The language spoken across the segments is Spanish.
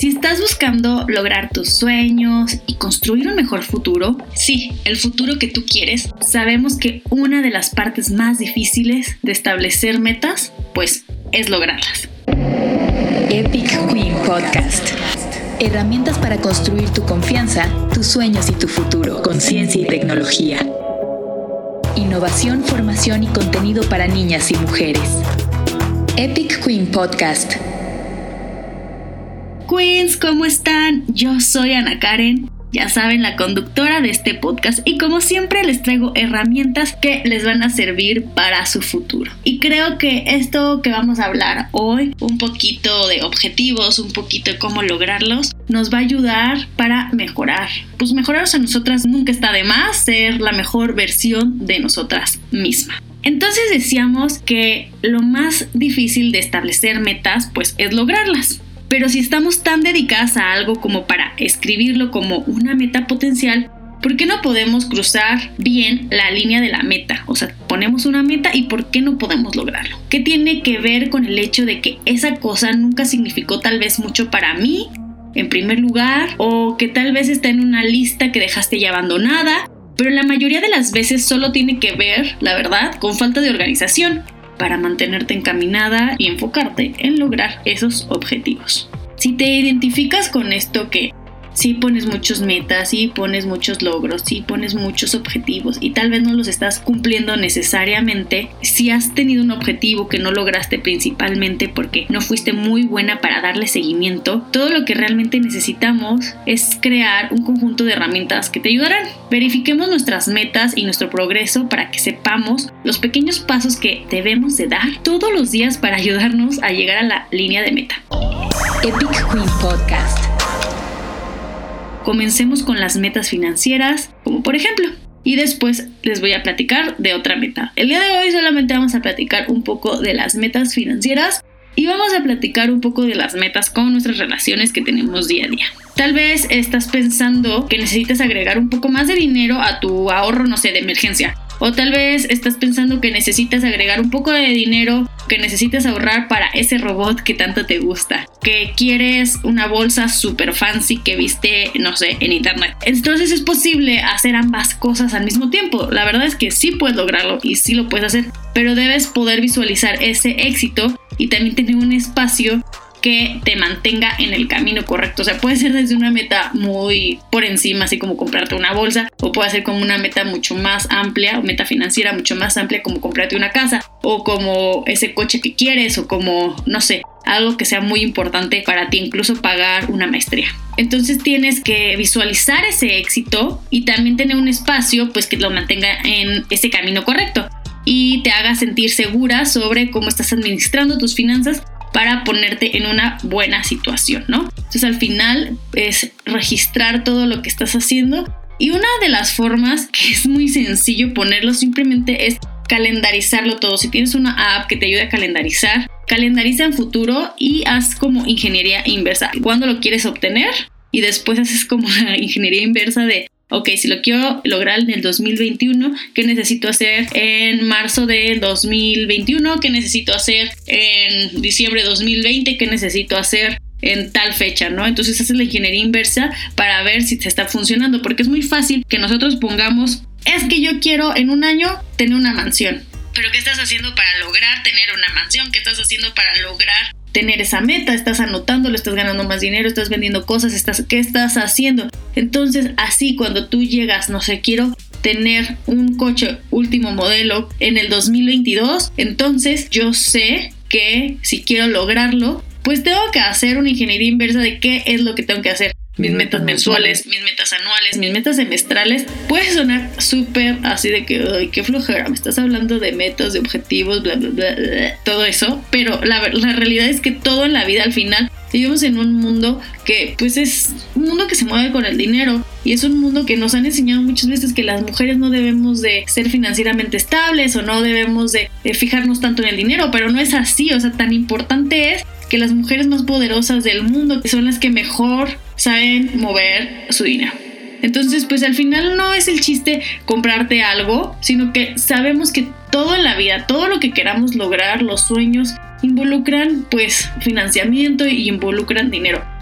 Si estás buscando lograr tus sueños y construir un mejor futuro, sí, el futuro que tú quieres, sabemos que una de las partes más difíciles de establecer metas, pues, es lograrlas. Epic Queen Podcast. Herramientas para construir tu confianza, tus sueños y tu futuro con ciencia y tecnología. Innovación, formación y contenido para niñas y mujeres. Epic Queen Podcast. Queens, ¿cómo están? Yo soy Ana Karen, ya saben, la conductora de este podcast, y como siempre les traigo herramientas que les van a servir para su futuro. Y creo que esto que vamos a hablar hoy, un poquito de objetivos, un poquito de cómo lograrlos, nos va a ayudar para mejorar. Pues mejorarnos a nosotras nunca está de más, ser la mejor versión de nosotras mismas. Entonces decíamos que lo más difícil de establecer metas, pues es lograrlas. Pero si estamos tan dedicadas a algo como para escribirlo como una meta potencial, ¿por qué no podemos cruzar bien la línea de la meta? O sea, ponemos una meta y ¿por qué no podemos lograrlo? ¿Qué tiene que ver con el hecho de que esa cosa nunca significó tal vez mucho para mí, en primer lugar, o que tal vez está en una lista que dejaste ya abandonada? Pero la mayoría de las veces solo tiene que ver, la verdad, con falta de organización para mantenerte encaminada y enfocarte en lograr esos objetivos. Si te identificas con esto, que sí pones muchas metas, sí pones muchos logros, sí pones muchos objetivos y tal vez no los estás cumpliendo necesariamente, si has tenido un objetivo que no lograste principalmente porque no fuiste muy buena para darle seguimiento, todo lo que realmente necesitamos es crear un conjunto de herramientas que te ayudarán. Verifiquemos nuestras metas y nuestro progreso para que sepamos los pequeños pasos que debemos de dar todos los días para ayudarnos a llegar a la línea de meta. Epic Queen Podcast. Comencemos con las metas financieras, como por ejemplo, y después les voy a platicar de otra meta. El día de hoy solamente vamos a platicar un poco de las metas financieras y vamos a platicar un poco de las metas con nuestras relaciones que tenemos día a día. Tal vez estás pensando que necesitas agregar un poco más de dinero a tu ahorro, no sé, de emergencia. O tal vez estás pensando que necesitas agregar un poco de dinero, que necesitas ahorrar para ese robot que tanto te gusta, que quieres una bolsa super fancy que viste, no sé, en internet. Entonces es posible hacer ambas cosas al mismo tiempo. La verdad es que sí puedes lograrlo y sí lo puedes hacer, pero debes poder visualizar ese éxito y también tener un espacio que te mantenga en el camino correcto. O sea, puede ser desde una meta muy por encima, así como comprarte una bolsa, o puede ser como una meta mucho más amplia, o meta financiera mucho más amplia, como comprarte una casa, o como ese coche que quieres, o como, no sé, algo que sea muy importante para ti, incluso pagar una maestría. Entonces tienes que visualizar ese éxito y también tener un espacio pues que lo mantenga en ese camino correcto y te haga sentir segura sobre cómo estás administrando tus finanzas para ponerte en una buena situación, ¿no? Entonces al final es registrar todo lo que estás haciendo, y una de las formas que es muy sencillo ponerlo simplemente es calendarizarlo todo. Si tienes una app que te ayude a calendarizar, calendariza en futuro y haz como ingeniería inversa. ¿Cuándo lo quieres obtener? Y después haces como la ingeniería inversa de ok, si lo quiero lograr en el 2021, ¿qué necesito hacer en marzo del 2021? ¿Qué necesito hacer en diciembre de 2020? ¿Qué necesito hacer en tal fecha, ¿no? Entonces haces la ingeniería inversa para ver si te está funcionando, porque es muy fácil que nosotros pongamos, es que yo quiero en un año tener una mansión. ¿Pero qué estás haciendo para lograr tener una mansión? ¿Qué estás haciendo para lograr tener esa meta? Estás anotándolo, estás ganando más dinero, estás vendiendo cosas, ¿qué estás haciendo? Entonces, así cuando tú llegas, no sé, quiero tener un coche último modelo en el 2022, entonces yo sé que si quiero lograrlo, pues tengo que hacer una ingeniería inversa de qué es lo que tengo que hacer. Mis metas mensuales, mis metas anuales, mis metas semestrales. Puede sonar súper así de que, ay, qué flojera, me estás hablando de metas, de objetivos, bla, bla, bla, bla, todo eso. Pero la realidad es que todo en la vida al final vivimos en un mundo que pues es un mundo que se mueve con el dinero, y es un mundo que nos han enseñado muchas veces que las mujeres no debemos de ser financieramente estables o no debemos de fijarnos tanto en el dinero, pero no es así. O sea, tan importante es que las mujeres más poderosas del mundo son las que mejor saben mover su dinero. Entonces, pues al final no es el chiste comprarte algo, sino que sabemos que todo en la vida, todo lo que queramos lograr, los sueños, involucran pues financiamiento y involucran dinero.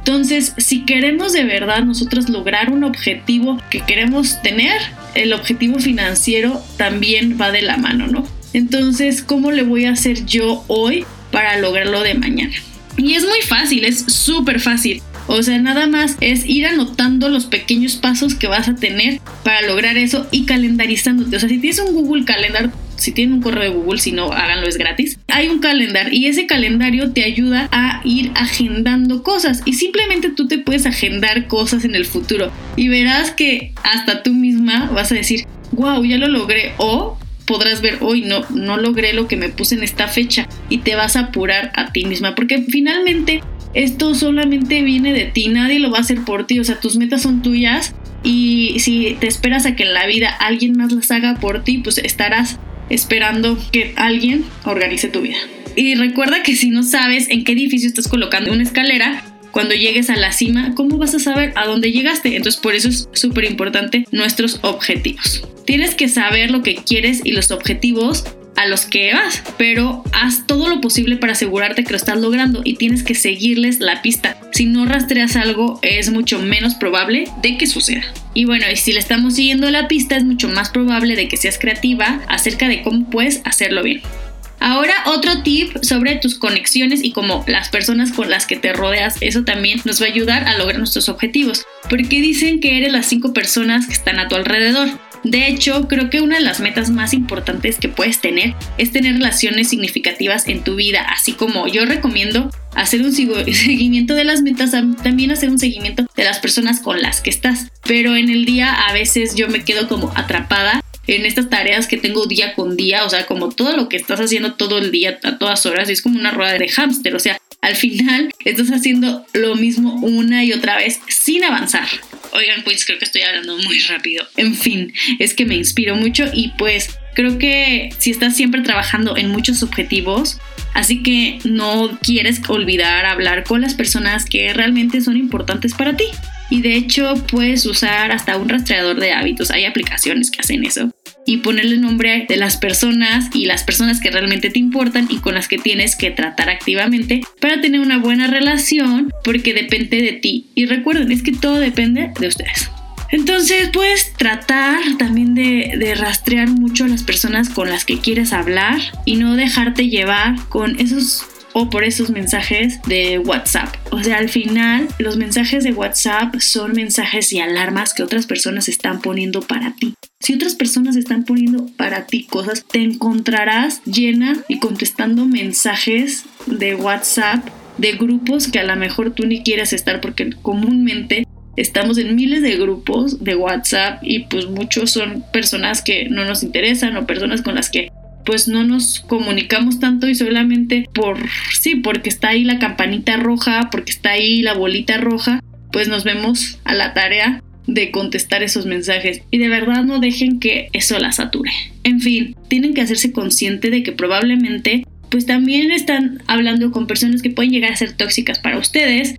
Entonces, si queremos de verdad nosotros lograr un objetivo que queremos tener, el objetivo financiero también va de la mano, ¿no? Entonces, ¿cómo le voy a hacer yo hoy para lograrlo de mañana? Y es muy fácil, es súper fácil. O sea, nada más es ir anotando los pequeños pasos que vas a tener para lograr eso y calendarizándote. O sea, si tienes un Google Calendar, si tienen un correo de Google, si no, háganlo, es gratis. Hay un calendar y ese calendario te ayuda a ir agendando cosas. Y simplemente tú te puedes agendar cosas en el futuro. Y verás que hasta tú misma vas a decir, wow, ya lo logré. O podrás ver, hoy no logré lo que me puse en esta fecha. Y te vas a apurar a ti misma. Porque finalmente esto solamente viene de ti, nadie lo va a hacer por ti, o sea, tus metas son tuyas y si te esperas a que en la vida alguien más las haga por ti, pues estarás esperando que alguien organice tu vida. Y recuerda que si no sabes en qué edificio estás colocando una escalera, cuando llegues a la cima, ¿cómo vas a saber a dónde llegaste? Entonces, por eso es súper importante nuestros objetivos. Tienes que saber lo que quieres y los objetivos a los que vas, pero haz todo lo posible para asegurarte que lo estás logrando y tienes que seguirles la pista. Si no rastreas algo, es mucho menos probable de que suceda. Y bueno, y si le estamos siguiendo la pista, es mucho más probable de que seas creativa acerca de cómo puedes hacerlo bien. Ahora, otro tip sobre tus conexiones y como las personas con las que te rodeas, eso también nos va a ayudar a lograr nuestros objetivos, porque dicen que eres las 5 personas que están a tu alrededor. De hecho, creo que una de las metas más importantes que puedes tener es tener relaciones significativas en tu vida, así como yo recomiendo hacer un seguimiento de las metas, también hacer un seguimiento de las personas con las que estás. Pero en el día a veces yo me quedo como atrapada en estas tareas que tengo día con día, o sea, como todo lo que estás haciendo todo el día, a todas horas, y es como una rueda de hámster, o sea, al final estás haciendo lo mismo una y otra vez sin avanzar. Oigan, pues creo que estoy hablando muy rápido. En fin, es que me inspiro mucho y pues creo que si estás siempre trabajando en muchos objetivos, así que no quieres olvidar hablar con las personas que realmente son importantes para ti. Y de hecho puedes usar hasta un rastreador de hábitos. Hay aplicaciones que hacen eso. Y ponerle nombre de las personas y las personas que realmente te importan y con las que tienes que tratar activamente para tener una buena relación, porque depende de ti. Y recuerden, es que todo depende de ustedes. Entonces puedes tratar también de rastrear mucho a las personas con las que quieres hablar y no dejarte llevar con esos o por esos mensajes de WhatsApp. O sea, al final los mensajes de WhatsApp son mensajes y alarmas que otras personas están poniendo para ti. Si otras personas están poniendo para ti cosas, te encontrarás llena y contestando mensajes de WhatsApp de grupos que a lo mejor tú ni quieres estar, porque comúnmente estamos en miles de grupos de WhatsApp y pues muchos son personas que no nos interesan o personas con las que pues no nos comunicamos tanto y solamente porque está ahí la campanita roja, porque está ahí la bolita roja, pues nos vemos a la tarea de contestar esos mensajes y de verdad no dejen que eso la sature. En fin, tienen que hacerse consciente de que probablemente pues también están hablando con personas que pueden llegar a ser tóxicas para ustedes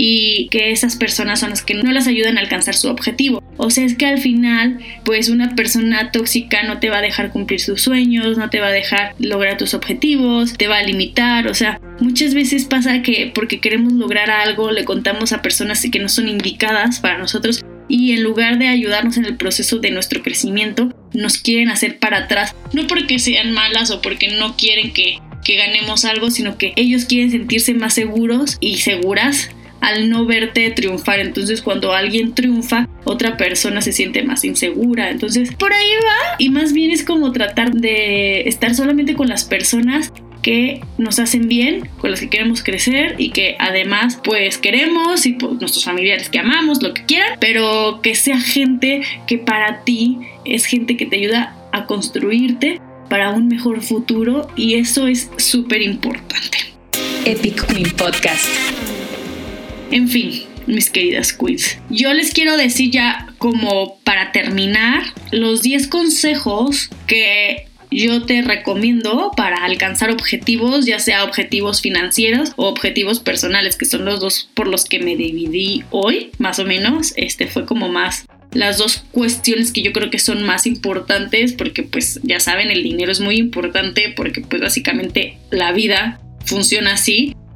y que esas personas son las que no las ayudan a alcanzar su objetivo. O sea, es que al final, pues una persona tóxica no te va a dejar cumplir tus sueños, no te va a dejar lograr tus objetivos, te va a limitar. O sea, muchas veces pasa que porque queremos lograr algo, le contamos a personas que no son indicadas para nosotros y en lugar de ayudarnos en el proceso de nuestro crecimiento, nos quieren hacer para atrás. No porque sean malas o porque no quieren que ganemos algo, sino que ellos quieren sentirse más seguros y seguras al no verte triunfar. Entonces cuando alguien triunfa, otra persona se siente más insegura. Entonces por ahí va, y más bien es como tratar de estar solamente con las personas que nos hacen bien, con las que queremos crecer y que además pues queremos, y pues nuestros familiares que amamos, lo que quieran, pero que sea gente que para ti es gente que te ayuda a construirte para un mejor futuro, y eso es súper importante. Epic Queen Podcast. En fin, mis queridas queens, yo les quiero decir ya como para terminar los 10 consejos que yo te recomiendo para alcanzar objetivos, ya sea objetivos financieros o objetivos personales, que son los dos por los que me dividí hoy, más o menos. Fue como más las dos cuestiones que yo creo que son más importantes, porque pues ya saben, el dinero es muy importante, porque pues básicamente la vida funciona así.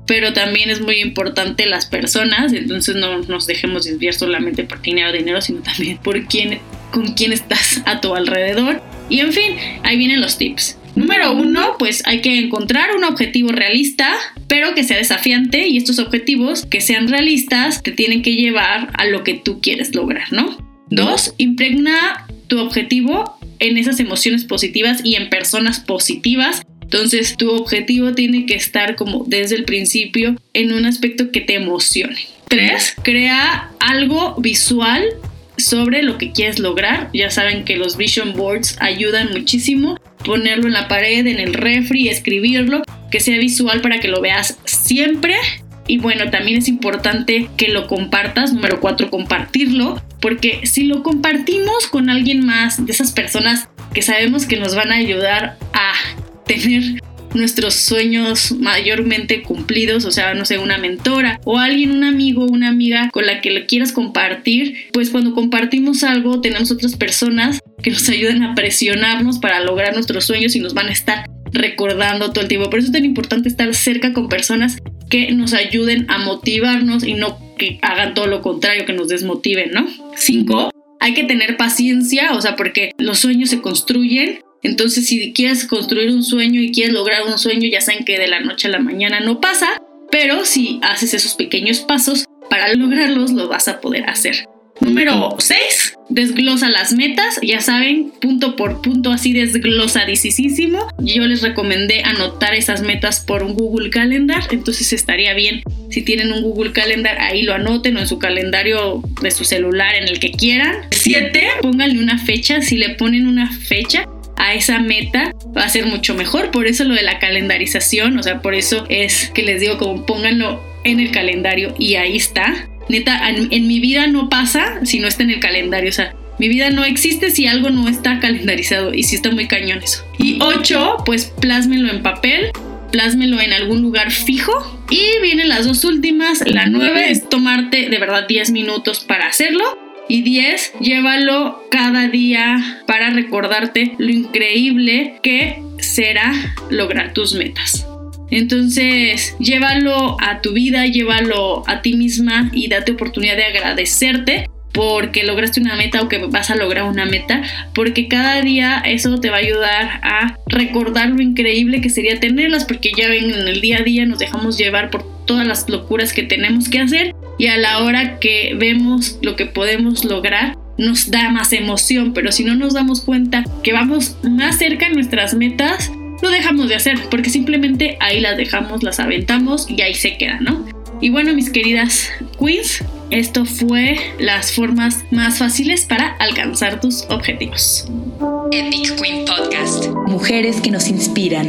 pero también es muy importante las personas, entonces no nos dejemos desviar solamente por dinero, sino también por con quién estás a tu alrededor. Y en fin, ahí vienen los tips. Número 1, pues hay que encontrar un objetivo realista, pero que sea desafiante, y estos objetivos que sean realistas te tienen que llevar a lo que tú quieres lograr, ¿no? 2, impregna tu objetivo en esas emociones positivas y en personas positivas. Entonces tu objetivo tiene que estar como desde el principio en un aspecto que te emocione. 3, crea algo visual sobre lo que quieres lograr. Ya saben que los vision boards ayudan muchísimo. Ponerlo en la pared, en el refri, escribirlo, que sea visual para que lo veas siempre. Y bueno, también es importante que lo compartas. Número 4, compartirlo, porque si lo compartimos con alguien más, de esas personas que sabemos que nos van a ayudar a tener nuestros sueños mayormente cumplidos, o sea, no sé, una mentora o alguien, un amigo, una amiga con la que le quieras compartir, pues cuando compartimos algo tenemos otras personas que nos ayudan a presionarnos para lograr nuestros sueños y nos van a estar recordando todo el tiempo. Por eso es tan importante estar cerca con personas que nos ayuden a motivarnos y no que hagan todo lo contrario, que nos desmotiven, ¿no? 5, hay que tener paciencia, o sea, porque los sueños se construyen. Entonces, si quieres construir un sueño y quieres lograr un sueño, ya saben que de la noche a la mañana no pasa, pero si haces esos pequeños pasos para lograrlos, lo vas a poder hacer. Número 6, desglosa las metas, ya saben, punto por punto, así desglosadísimo. Yo les recomendé anotar esas metas por un Google Calendar, entonces estaría bien si tienen un Google Calendar, ahí lo anoten, o en su calendario de su celular, en el que quieran. 7, pónganle una fecha. Si le ponen una fecha a esa meta, va a ser mucho mejor. Por eso lo de la calendarización, o sea, por eso es que les digo, como pónganlo en el calendario y ahí está. Neta, en mi vida no pasa si no está en el calendario, o sea, mi vida no existe si algo no está calendarizado, y sí está muy cañón eso. Y 8, pues plásmenlo en papel, plásmenlo en algún lugar fijo. Y vienen las dos últimas. La 9 es tomarte de verdad 10 minutos para hacerlo. Y 10, llévalo cada día para recordarte lo increíble que será lograr tus metas. Entonces, llévalo a tu vida, llévalo a ti misma y date oportunidad de agradecerte porque lograste una meta o que vas a lograr una meta, porque cada día eso te va a ayudar a recordar lo increíble que sería tenerlas, porque ya ven, en el día a día nos dejamos llevar por todas las locuras que tenemos que hacer, y a la hora que vemos lo que podemos lograr nos da más emoción, pero si no nos damos cuenta que vamos más cerca a nuestras metas, lo dejamos de hacer, porque simplemente ahí las dejamos, las aventamos y ahí se quedan, ¿no? Y bueno, mis queridas queens, esto fue las formas más fáciles para alcanzar tus objetivos. Epic Queen Podcast. Mujeres que nos inspiran.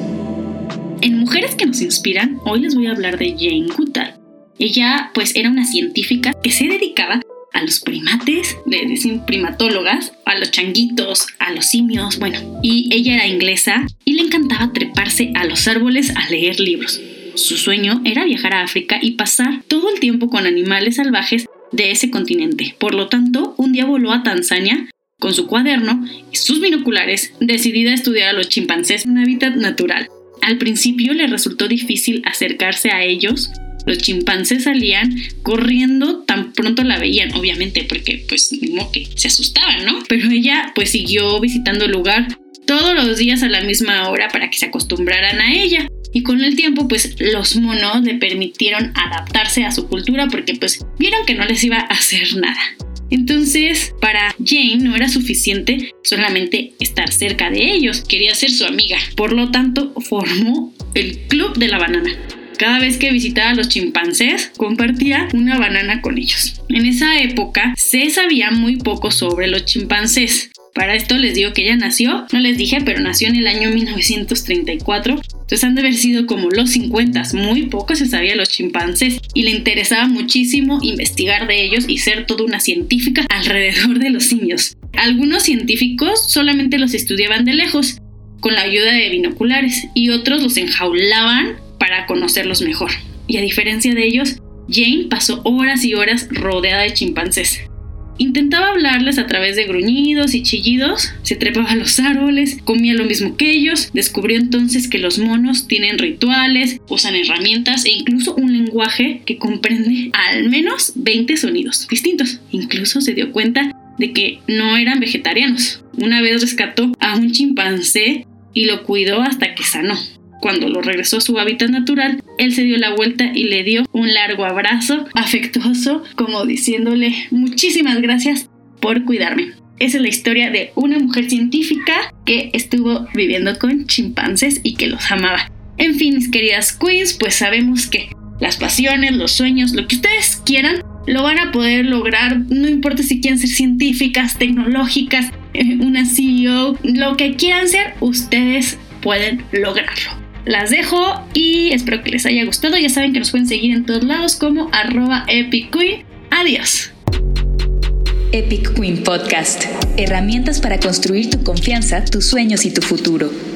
En Mujeres que nos inspiran, hoy les voy a hablar de Jane Goodall. Ella pues era una científica que se dedicaba a los primates, le dicen primatólogas, a los changuitos, a los simios, bueno. Y ella era inglesa y le encantaba treparse a los árboles a leer libros. Su sueño era viajar a África y pasar todo el tiempo con animales salvajes de ese continente. Por lo tanto, un día voló a Tanzania con su cuaderno y sus binoculares, decidida a estudiar a los chimpancés en un hábitat natural. Al principio le resultó difícil acercarse a ellos. Los chimpancés salían corriendo tan pronto la veían, obviamente, porque pues como que se asustaban, ¿no? Pero ella pues siguió visitando el lugar todos los días a la misma hora para que se acostumbraran a ella. Y con el tiempo, pues los monos le permitieron adaptarse a su cultura porque pues vieron que no les iba a hacer nada. Entonces, para Jane no era suficiente solamente estar cerca de ellos, quería ser su amiga. Por lo tanto, formó el Club de la Banana. Cada vez que visitaba a los chimpancés, compartía una banana con ellos. En esa época, se sabía muy poco sobre los chimpancés. Para esto les digo que ella nació, no les dije, pero nació en el año 1934. Entonces han de haber sido como los 50, muy poco se sabía de los chimpancés y le interesaba muchísimo investigar de ellos y ser toda una científica alrededor de los simios. Algunos científicos solamente los estudiaban de lejos, con la ayuda de binoculares, y otros los enjaulaban para conocerlos mejor. Y a diferencia de ellos, Jane pasó horas y horas rodeada de chimpancés. Intentaba hablarles a través de gruñidos y chillidos, se trepaba a los árboles, comía lo mismo que ellos, descubrió entonces que los monos tienen rituales, usan herramientas e incluso un lenguaje que comprende al menos 20 sonidos distintos. Incluso se dio cuenta de que no eran vegetarianos. Una vez rescató a un chimpancé y lo cuidó hasta que sanó. Cuando lo regresó a su hábitat natural, él se dio la vuelta y le dio un largo abrazo afectuoso, como diciéndole muchísimas gracias por cuidarme. Esa es la historia de una mujer científica que estuvo viviendo con chimpancés y que los amaba. En fin, mis queridas queens, pues sabemos que las pasiones, los sueños, lo que ustedes quieran, lo van a poder lograr, no importa si quieren ser científicas, tecnológicas, una CEO, lo que quieran ser, ustedes pueden lograrlo. Las dejo y espero que les haya gustado. Ya saben que nos pueden seguir en todos lados como @EpicQueen. Adiós. Epic Queen Podcast. Herramientas para construir tu confianza, tus sueños y tu futuro.